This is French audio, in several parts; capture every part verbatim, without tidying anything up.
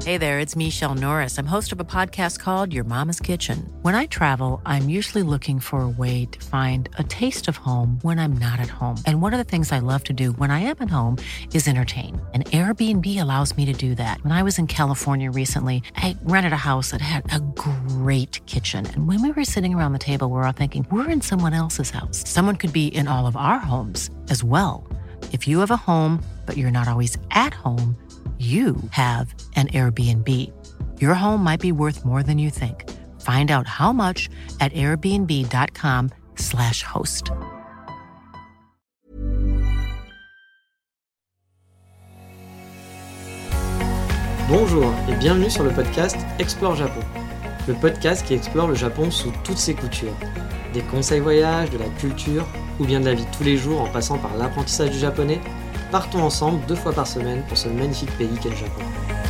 Hey there, it's Michelle Norris. I'm host of a podcast called Your Mama's Kitchen. When I travel, I'm usually looking for a way to find a taste of home when I'm not at home. And one of the things I love to do when I am at home is entertain. And Airbnb allows me to do that. When I was in California recently, I rented a house that had a great kitchen. And when we were sitting around the table, we were all thinking, we're in someone else's house. Someone could be in all of our homes as well. If you have a home, but you're not always at home, you have an Airbnb. Your home might be worth more than you think. Find out how much at airbnb.com slash host. Bonjour et bienvenue sur le podcast Explore Japon. Le podcast qui explore le Japon sous toutes ses coutures. Des conseils voyages, de la culture ou bien de la vie de tous les jours en passant par l'apprentissage du japonais. Partons ensemble deux fois par semaine pour ce magnifique pays qu'est le Japon.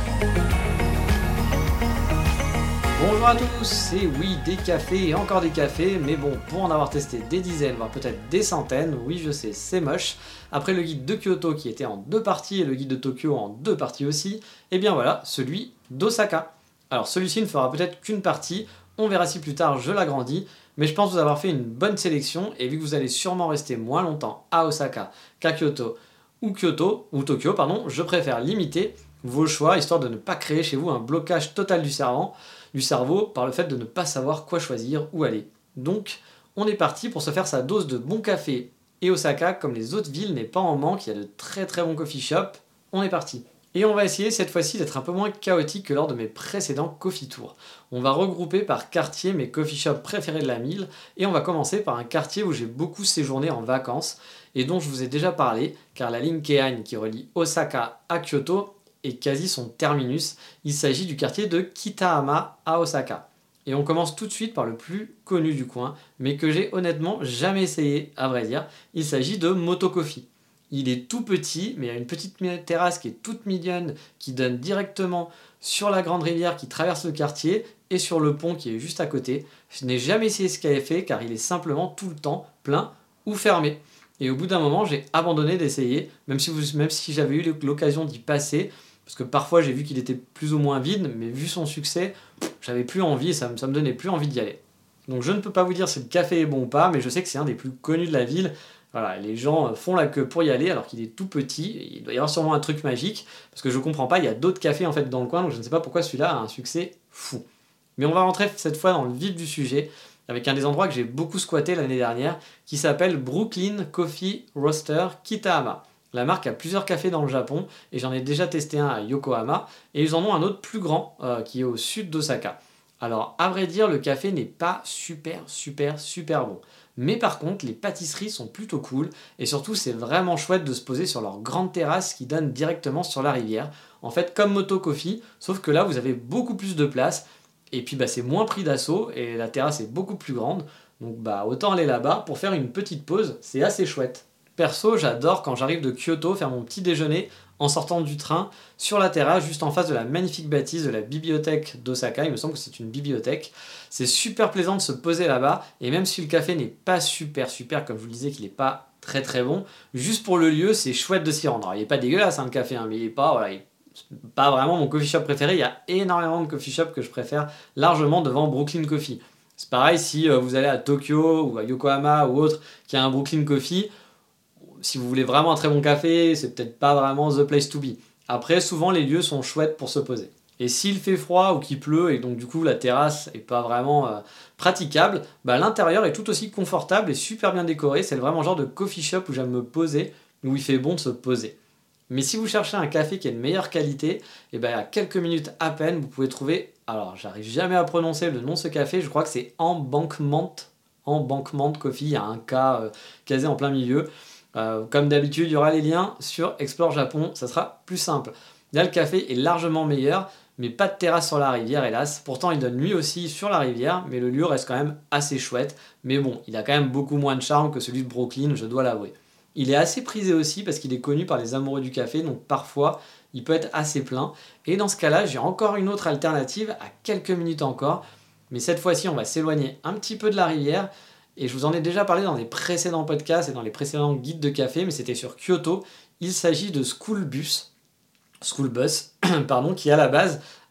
Bonjour à tous, c'est oui, des cafés et encore des cafés, mais bon, pour en avoir testé des dizaines, voire peut-être des centaines, oui je sais, c'est moche. Après le guide de Kyoto qui était en deux parties et le guide de Tokyo en deux parties aussi, et bien voilà, celui d'Osaka. Alors celui-ci ne fera peut-être qu'une partie, on verra si plus tard je l'agrandis, mais je pense vous avoir fait une bonne sélection, et vu que vous allez sûrement rester moins longtemps à Osaka qu'à Kyoto, ou Kyoto, ou Tokyo, pardon, je préfère limiter vos choix, histoire de ne pas créer chez vous un blocage total du cerveau, du cerveau par le fait de ne pas savoir quoi choisir, où aller. Donc, on est parti pour se faire sa dose de bon café. Et Osaka, comme les autres villes, n'est pas en manque, il y a de très très bons coffee shops. On est parti. Et on va essayer cette fois-ci d'être un peu moins chaotique que lors de mes précédents coffee tours. On va regrouper par quartier mes coffee shops préférés de la ville, et on va commencer par un quartier où j'ai beaucoup séjourné en vacances, et dont je vous ai déjà parlé, car la ligne Keihan qui relie Osaka à Kyoto est quasi son terminus. Il s'agit du quartier de Kitahama à Osaka. Et on commence tout de suite par le plus connu du coin, mais que j'ai honnêtement jamais essayé, à vrai dire. Il s'agit de Moto Coffee. Il est tout petit, mais il y a une petite terrasse qui est toute mignonne, qui donne directement sur la grande rivière qui traverse le quartier, et sur le pont qui est juste à côté. Je n'ai jamais essayé ce café, car il est simplement tout le temps plein ou fermé. Et au bout d'un moment, j'ai abandonné d'essayer, même si, vous, même si j'avais eu l'occasion d'y passer, parce que parfois j'ai vu qu'il était plus ou moins vide, mais vu son succès, j'avais plus envie, ça me, ça me donnait plus envie d'y aller. Donc je ne peux pas vous dire si le café est bon ou pas, mais je sais que c'est un des plus connus de la ville. Voilà, les gens font la queue pour y aller alors qu'il est tout petit, il doit y avoir sûrement un truc magique, parce que je comprends pas, il y a d'autres cafés en fait dans le coin, donc je ne sais pas pourquoi celui-là a un succès fou. Mais on va rentrer cette fois dans le vif du sujet, avec un des endroits que j'ai beaucoup squatté l'année dernière, qui s'appelle Brooklyn Coffee Roaster Kitahama. La marque a plusieurs cafés dans le Japon, et j'en ai déjà testé un à Yokohama, et ils en ont un autre plus grand, euh, qui est au sud d'Osaka. Alors, à vrai dire, le café n'est pas super, super, super bon. Mais par contre, les pâtisseries sont plutôt cool, et surtout, c'est vraiment chouette de se poser sur leur grande terrasse qui donne directement sur la rivière. En fait, comme Moto Coffee, sauf que là, vous avez beaucoup plus de place, et puis bah, c'est moins pris d'assaut, et la terrasse est beaucoup plus grande. Donc bah, autant aller là-bas pour faire une petite pause, c'est assez chouette. Perso, j'adore quand j'arrive de Kyoto faire mon petit déjeuner en sortant du train sur la terrasse juste en face de la magnifique bâtisse de la bibliothèque d'Osaka. Il me semble que c'est une bibliothèque. C'est super plaisant de se poser là-bas, et même si le café n'est pas super super, comme je vous le disais qu'il n'est pas très très bon, juste pour le lieu c'est chouette de s'y rendre. Alors, il n'est pas dégueulasse hein, le café, hein, mais il n'est pas, voilà, il est pas vraiment mon coffee shop préféré. Il y a énormément de coffee shops que je préfère largement devant Brooklyn Coffee. C'est pareil si euh, vous allez à Tokyo ou à Yokohama ou autre qui a un Brooklyn Coffee. Si vous voulez vraiment un très bon café, c'est peut-être pas vraiment the place to be. Après, souvent les lieux sont chouettes pour se poser. Et s'il fait froid ou qu'il pleut et donc du coup la terrasse est pas vraiment euh, praticable, bah, l'intérieur est tout aussi confortable et super bien décoré. C'est vraiment le genre de coffee shop où j'aime me poser, où il fait bon de se poser. Mais si vous cherchez un café qui est de meilleure qualité, et ben à quelques minutes à peine, vous pouvez trouver, alors j'arrive jamais à prononcer le nom de ce café, je crois que c'est Embankment, Embankment Coffee, il y a un K euh, casé en plein milieu. Euh, comme d'habitude, il y aura les liens sur Explore Japon, ça sera plus simple. Là, le café est largement meilleur, mais pas de terrasse sur la rivière, hélas. Pourtant, il donne lui aussi sur la rivière, mais le lieu reste quand même assez chouette. Mais bon, il a quand même beaucoup moins de charme que celui de Brooklyn, je dois l'avouer. Il est assez prisé aussi parce qu'il est connu par les amoureux du café, donc parfois, il peut être assez plein. Et dans ce cas-là, j'ai encore une autre alternative à quelques minutes encore. Mais cette fois-ci, on va s'éloigner un petit peu de la rivière. Et je vous en ai déjà parlé dans les précédents podcasts et dans les précédents guides de café, mais c'était sur Kyoto. Il s'agit de School Bus, School Bus, pardon, qui à la base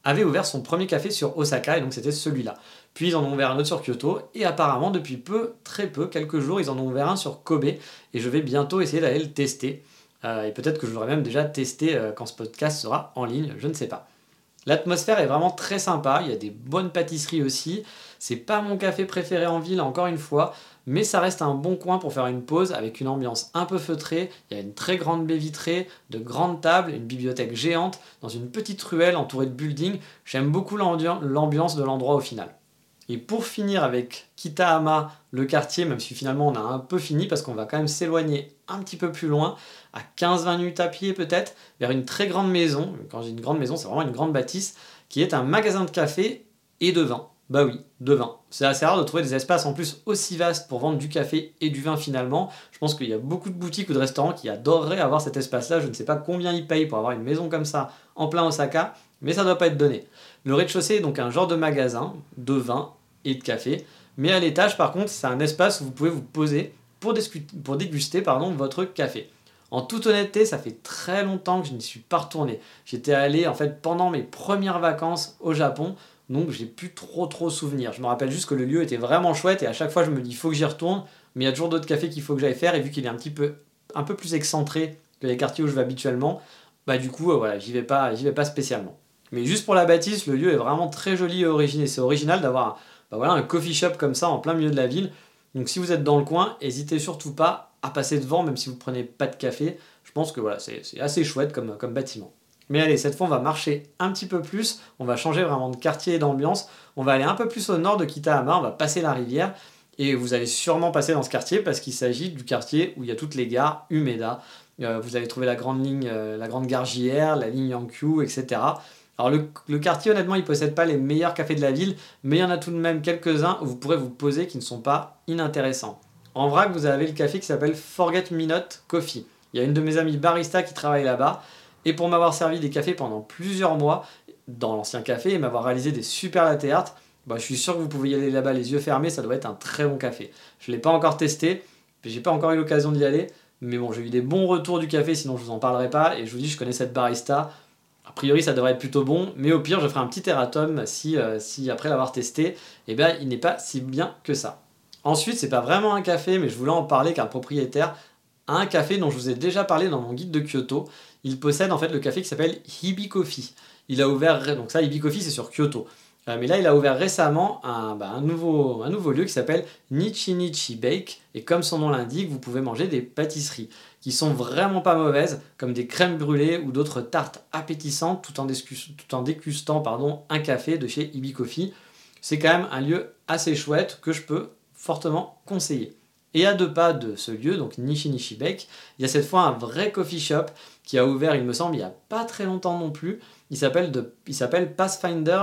avait ouvert son premier café sur Osaka, et donc c'était celui-là. Puis ils en ont ouvert un autre sur Kyoto, et apparemment depuis peu, très peu, quelques jours, ils en ont ouvert un sur Kobe, et je vais bientôt essayer d'aller le tester. Euh, et peut-être que je l'aurai même déjà testé euh, quand ce podcast sera en ligne, je ne sais pas. L'atmosphère est vraiment très sympa, il y a des bonnes pâtisseries aussi. C'est pas mon café préféré en ville, encore une fois, mais ça reste un bon coin pour faire une pause avec une ambiance un peu feutrée. Il y a une très grande baie vitrée, de grandes tables, une bibliothèque géante, dans une petite ruelle entourée de buildings. J'aime beaucoup l'ambiance de l'endroit au final. Et pour finir avec Kitahama, le quartier, même si finalement on a un peu fini parce qu'on va quand même s'éloigner un petit peu plus loin, à quinze vingt minutes à pied peut-être, vers une très grande maison. Quand j'ai une grande maison, c'est vraiment une grande bâtisse, qui est un magasin de café et de vin. Bah oui, de vin. C'est assez rare de trouver des espaces en plus aussi vastes pour vendre du café et du vin finalement. Je pense qu'il y a beaucoup de boutiques ou de restaurants qui adoreraient avoir cet espace-là. Je ne sais pas combien ils payent pour avoir une maison comme ça en plein Osaka, mais ça ne doit pas être donné. Le rez-de-chaussée est donc un genre de magasin de vin et de café, mais à l'étage par contre c'est un espace où vous pouvez vous poser pour, pour déguster pardon, votre café. En toute honnêteté, ça fait très longtemps que je n'y suis pas retourné. J'étais allé en fait pendant mes premières vacances au Japon, donc j'ai plus trop trop souvenir. Je me rappelle juste que le lieu était vraiment chouette et à chaque fois je me dis il faut que j'y retourne, mais il y a toujours d'autres cafés qu'il faut que j'aille faire, et vu qu'il est un petit peu, un peu plus excentré que les quartiers où je vais habituellement, bah du coup euh, voilà, j'y vais pas, j'y vais pas spécialement. Mais juste pour la bâtisse, le lieu est vraiment très joli et original. C'est original d'avoir bah voilà, un coffee shop comme ça en plein milieu de la ville. Donc si vous êtes dans le coin, n'hésitez surtout pas à passer devant, même si vous ne prenez pas de café. Je pense que voilà, c'est, c'est assez chouette comme, comme bâtiment. Mais allez, cette fois on va marcher un petit peu plus, on va changer vraiment de quartier et d'ambiance. On va aller un peu plus au nord de Kitahama, on va passer la rivière, et vous allez sûrement passer dans ce quartier parce qu'il s'agit du quartier où il y a toutes les gares Umeda. Euh, vous allez trouver la grande ligne, euh, la grande gare J R, la ligne Yankyu, et cetera. Alors le, le quartier, honnêtement, il ne possède pas les meilleurs cafés de la ville, mais il y en a tout de même quelques-uns où vous pourrez vous poser qui ne sont pas inintéressants. En vrac, vous avez le café qui s'appelle Forget Me Not Coffee. Il y a une de mes amies barista qui travaille là-bas, et pour m'avoir servi des cafés pendant plusieurs mois dans l'ancien café et m'avoir réalisé des super latte art, bah, je suis sûr que vous pouvez y aller là-bas les yeux fermés, ça doit être un très bon café. Je ne l'ai pas encore testé, j'ai pas encore eu l'occasion d'y aller, mais bon, j'ai eu des bons retours du café, sinon je vous en parlerai pas, et je vous dis, je connais cette barista. A priori, ça devrait être plutôt bon, mais au pire, je ferai un petit erratum si, euh, si après l'avoir testé, eh bien, il n'est pas si bien que ça. Ensuite, c'est pas vraiment un café, mais je voulais en parler car le propriétaire a un café dont je vous ai déjà parlé dans mon guide de Kyoto. Il possède en fait le café qui s'appelle Hibi Coffee. Il a ouvert, donc ça, Hibi Coffee, c'est sur Kyoto. Euh, mais là, il a ouvert récemment un, bah, un, nouveau, un nouveau lieu qui s'appelle Nichi Nichi Bake. Et comme son nom l'indique, vous pouvez manger des pâtisseries qui sont vraiment pas mauvaises, comme des crèmes brûlées ou d'autres tartes appétissantes, tout en, discus, tout en dégustant pardon, un café de chez Hibi Coffee. C'est quand même un lieu assez chouette que je peux fortement conseiller. Et à deux pas de ce lieu, donc Nichi Nichi Bake, il y a cette fois un vrai coffee shop qui a ouvert, il me semble, il n'y a pas très longtemps non plus. Il s'appelle, de, il s'appelle Pathfinder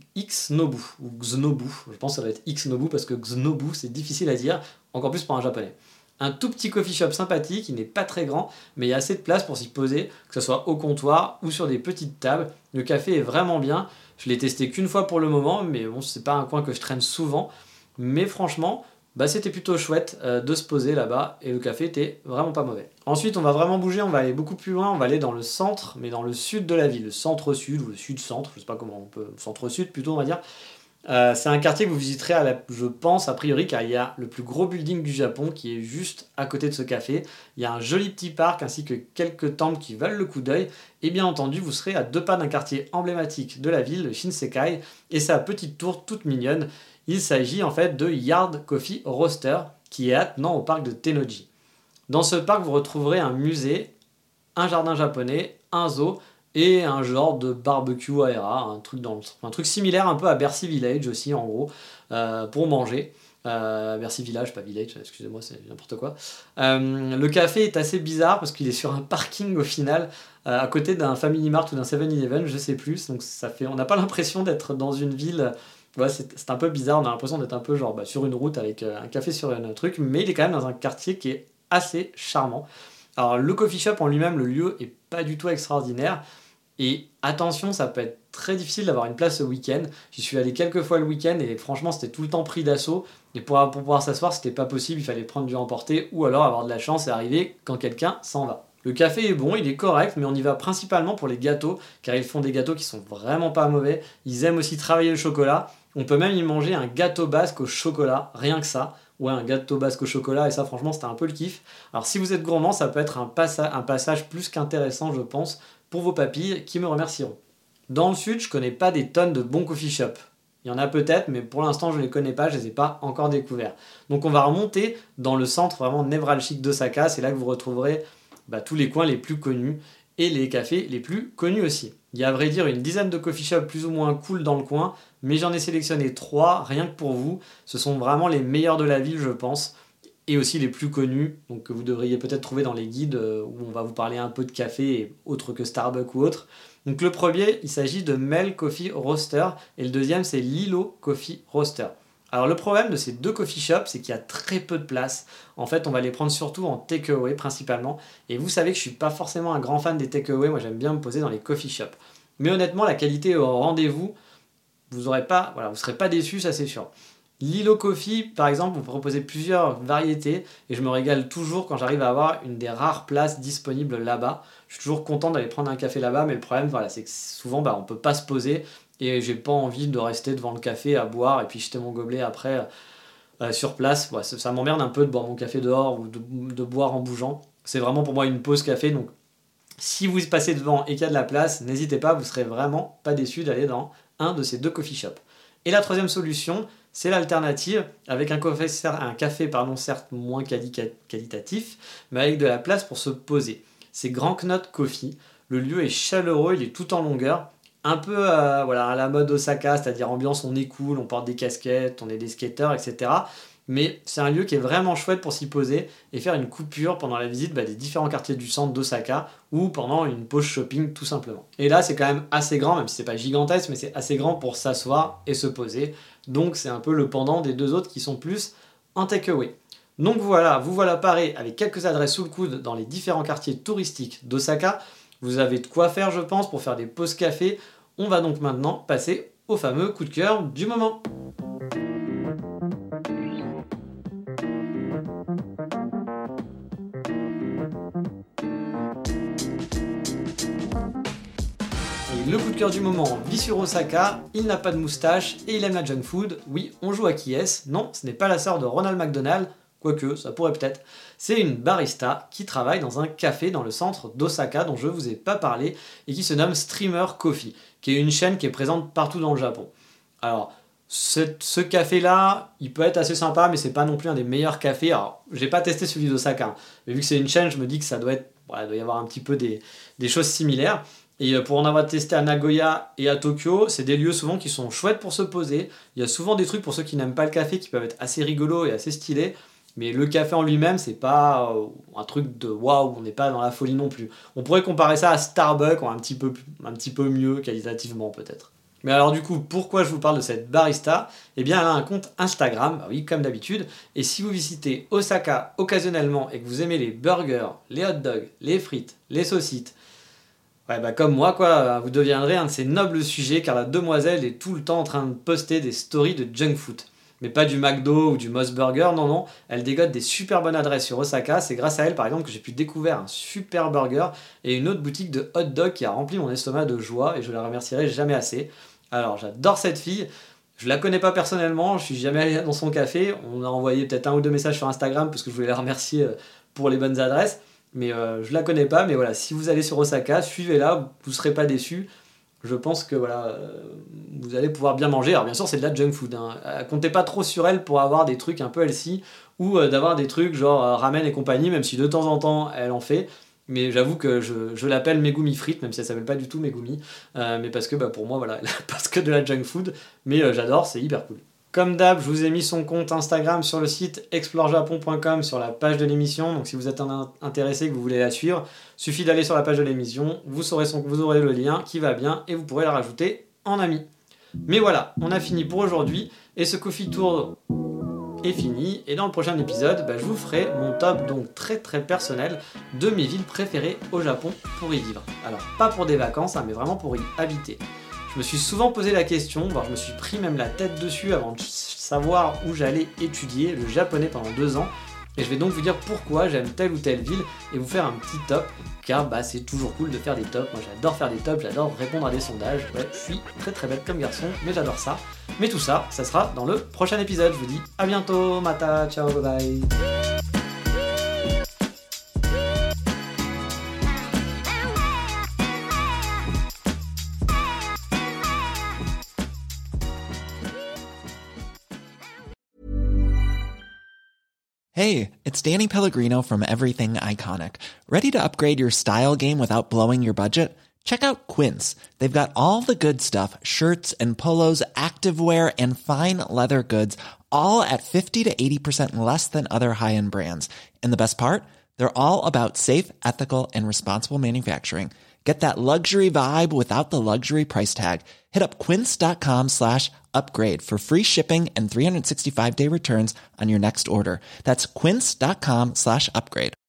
X Nobu, ou Xnobu. Je pense que ça doit être X Nobu parce que Xnobu, c'est difficile à dire, encore plus pour un japonais. Un tout petit coffee shop sympathique, il n'est pas très grand, mais il y a assez de place pour s'y poser, que ce soit au comptoir ou sur des petites tables. Le café est vraiment bien. Je l'ai testé qu'une fois pour le moment, mais bon, c'est pas un coin que je traîne souvent. Mais franchement, bah, c'était plutôt chouette euh, de se poser là-bas, et le café était vraiment pas mauvais. Ensuite, on va vraiment bouger, on va aller beaucoup plus loin, on va aller dans le centre, mais dans le sud de la ville, le centre-sud, ou le sud-centre, je sais pas comment on peut... centre-sud plutôt, on va dire. Euh, c'est un quartier que vous visiterez, à la, je pense, a priori, car il y a le plus gros building du Japon qui est juste à côté de ce café. Il y a un joli petit parc ainsi que quelques temples qui valent le coup d'œil. Et bien entendu, vous serez à deux pas d'un quartier emblématique de la ville, le Shinsekai, et sa petite tour toute mignonne. Il s'agit en fait de Yard Coffee Roaster, qui est attenant au parc de Tennoji. Dans ce parc, vous retrouverez un musée, un jardin japonais, un zoo, et un genre de barbecue aéra, un truc, dans le, un truc similaire un peu à Bercy Village aussi en gros, euh, pour manger. Euh, Bercy Village, pas Village, excusez-moi, c'est n'importe quoi. Euh, le café est assez bizarre parce qu'il est sur un parking au final, euh, à côté d'un Family Mart ou d'un seven eleven, je sais plus, donc ça fait, on n'a pas l'impression d'être dans une ville... Ouais, c'est, c'est un peu bizarre, on a l'impression d'être un peu genre bah, sur une route avec euh, un café sur un truc, mais il est quand même dans un quartier qui est assez charmant. Alors le coffee shop en lui-même, le lieu est pas du tout extraordinaire, et attention, ça peut être très difficile d'avoir une place au week-end. J'y suis allé quelques fois le week-end et franchement c'était tout le temps pris d'assaut, et pour, pour pouvoir s'asseoir c'était pas possible, il fallait prendre du emporté ou alors avoir de la chance et arriver quand quelqu'un s'en va. Le café est bon, il est correct, mais on y va principalement pour les gâteaux, car ils font des gâteaux qui sont vraiment pas mauvais. Ils aiment aussi travailler le chocolat. On peut même y manger un gâteau basque au chocolat, rien que ça. Ouais, un gâteau basque au chocolat, et ça franchement c'était un peu le kiff. Alors si vous êtes gourmand, ça peut être un, passa- un passage plus qu'intéressant, je pense, pour vos papilles qui me remercieront. Dans le sud, je connais pas des tonnes de bons coffee shops. Il y en a peut-être, mais pour l'instant je ne les connais pas, je ne les ai pas encore découverts. Donc on va remonter dans le centre vraiment névralgique d'Osaka, c'est là que vous retrouverez bah, tous les coins les plus connus et les cafés les plus connus aussi. Il y a à vrai dire une dizaine de coffee shops plus ou moins cool dans le coin, mais j'en ai sélectionné trois rien que pour vous. Ce sont vraiment les meilleurs de la ville, je pense, et aussi les plus connus, donc que vous devriez peut-être trouver dans les guides euh, où on va vous parler un peu de café et autre que Starbucks ou autre. Donc le premier, il s'agit de Mel Coffee Roaster et le deuxième c'est Lilo Coffee Roaster. Alors le problème de ces deux coffee shops, c'est qu'il y a très peu de place. En fait, on va les prendre surtout en take-away principalement. Et vous savez que je suis pas forcément un grand fan des take-away, moi j'aime bien me poser dans les coffee shops. Mais honnêtement, la qualité est au rendez-vous. Vous aurez pas, voilà, vous serez pas déçus, ça c'est sûr. Lilo Coffee, par exemple, vous proposez plusieurs variétés et je me régale toujours quand j'arrive à avoir une des rares places disponibles là-bas. Je suis toujours content d'aller prendre un café là-bas, mais le problème, voilà, c'est que souvent, bah, on peut pas se poser et j'ai pas envie de rester devant le café à boire et puis jeter mon gobelet après euh, sur place. Ouais, ça, ça m'emmerde un peu de boire mon café dehors ou de, de boire en bougeant. C'est vraiment pour moi une pause café, donc si vous passez devant et qu'il y a de la place, n'hésitez pas, vous serez vraiment pas déçus d'aller dans un de ces deux coffee shops. Et la troisième solution, c'est l'alternative, avec un café, un café pardon, certes moins quali- qualitatif, mais avec de la place pour se poser. C'est Grand Knot Coffee. Le lieu est chaleureux, il est tout en longueur, un peu euh, voilà, à la mode Osaka, c'est-à-dire ambiance on est cool, on porte des casquettes, on est des skateurs, et cetera. Mais c'est un lieu qui est vraiment chouette pour s'y poser et faire une coupure pendant la visite bah, des différents quartiers du centre d'Osaka ou pendant une pause shopping tout simplement. Et là c'est quand même assez grand, même si c'est pas gigantesque, mais c'est assez grand pour s'asseoir et se poser. Donc c'est un peu le pendant des deux autres qui sont plus en takeaway. Donc voilà, vous voilà paré avec quelques adresses sous le coude dans les différents quartiers touristiques d'Osaka. Vous avez de quoi faire je pense pour faire des pauses café. On va donc maintenant passer au fameux coup de cœur du moment. Le coup de cœur du moment vit sur Osaka, il n'a pas de moustache et il aime la junk food. Oui, on joue à qui est-ce ? Non, ce n'est pas la sœur de Ronald McDonald, quoique, ça pourrait peut-être. C'est une barista qui travaille dans un café dans le centre d'Osaka dont je ne vous ai pas parlé et qui se nomme Streamer Coffee, qui est une chaîne qui est présente partout dans le Japon. Alors, ce, ce café-là, il peut être assez sympa, mais c'est pas non plus un des meilleurs cafés. Alors, j'ai pas testé celui d'Osaka, mais vu que c'est une chaîne, je me dis que ça doit être, voilà, il doit y avoir un petit peu des, des choses similaires. Et pour en avoir testé à Nagoya et à Tokyo, c'est des lieux souvent qui sont chouettes pour se poser. Il y a souvent des trucs pour ceux qui n'aiment pas le café qui peuvent être assez rigolos et assez stylés. Mais le café en lui-même, c'est pas un truc de waouh, on n'est pas dans la folie non plus. On pourrait comparer ça à Starbucks, un petit peu, un petit peu mieux qualitativement peut-être. Mais alors du coup, pourquoi je vous parle de cette barista ? Eh bien, elle a un compte Instagram, bah oui, comme d'habitude. Et si vous visitez Osaka occasionnellement et que vous aimez les burgers, les hot dogs, les frites, les saucisses, ouais, bah comme moi, quoi, vous deviendrez un de ces nobles sujets car la demoiselle est tout le temps en train de poster des stories de junk food. Mais pas du McDo ou du Moss Burger, non, non. Elle dégote des super bonnes adresses sur Osaka. C'est grâce à elle, par exemple, que j'ai pu découvrir un super burger et une autre boutique de hot dog qui a rempli mon estomac de joie et je la remercierai jamais assez. Alors, j'adore cette fille. Je la connais pas personnellement, je suis jamais allé dans son café. On a envoyé peut-être un ou deux messages sur Instagram parce que je voulais la remercier pour les bonnes adresses. Mais euh, je la connais pas, mais voilà, si vous allez sur Osaka, suivez-la, vous ne serez pas déçus. Je pense que voilà, euh, vous allez pouvoir bien manger. Alors bien sûr, c'est de la junk food. Hein. Euh, comptez pas trop sur elle pour avoir des trucs un peu healthy ou euh, d'avoir des trucs genre euh, ramen et compagnie, même si de temps en temps elle en fait. Mais j'avoue que je, je l'appelle Megumi Frites, même si elle s'appelle pas du tout Megumi. Euh, mais parce que bah, pour moi, voilà, elle a pas que de la junk food. Mais euh, j'adore, c'est hyper cool. Comme d'hab, je vous ai mis son compte Instagram sur le site explore japon point com sur la page de l'émission. Donc si vous êtes intéressé, que vous voulez la suivre, suffit d'aller sur la page de l'émission, vous, saurez son, vous aurez le lien qui va bien et vous pourrez la rajouter en ami. Mais voilà, on a fini pour aujourd'hui et ce Coffee Tour est fini. Et dans le prochain épisode, bah, je vous ferai mon top donc très très personnel de mes villes préférées au Japon pour y vivre. Alors pas pour des vacances, hein, mais vraiment pour y habiter. Je me suis souvent posé la question, voire je me suis pris même la tête dessus avant de savoir où j'allais étudier le japonais pendant deux ans. Et je vais donc vous dire pourquoi j'aime telle ou telle ville et vous faire un petit top, car bah, c'est toujours cool de faire des tops. Moi j'adore faire des tops, j'adore répondre à des sondages. Ouais, je suis très très bête comme garçon, mais j'adore ça. Mais tout ça, ça sera dans le prochain épisode. Je vous dis à bientôt, mata, ciao, bye bye. Hey, it's Danny Pellegrino from Everything Iconic. Ready to upgrade your style game without blowing your budget? Check out Quince. They've got all the good stuff, shirts and polos, activewear, and fine leather goods, all at fifty to eighty percent less than other high-end brands. And the best part? They're all about safe, ethical, and responsible manufacturing. Get that luxury vibe without the luxury price tag. Hit up quince.com slash upgrade for free shipping and three sixty-five day returns on your next order. That's quince.com slash upgrade.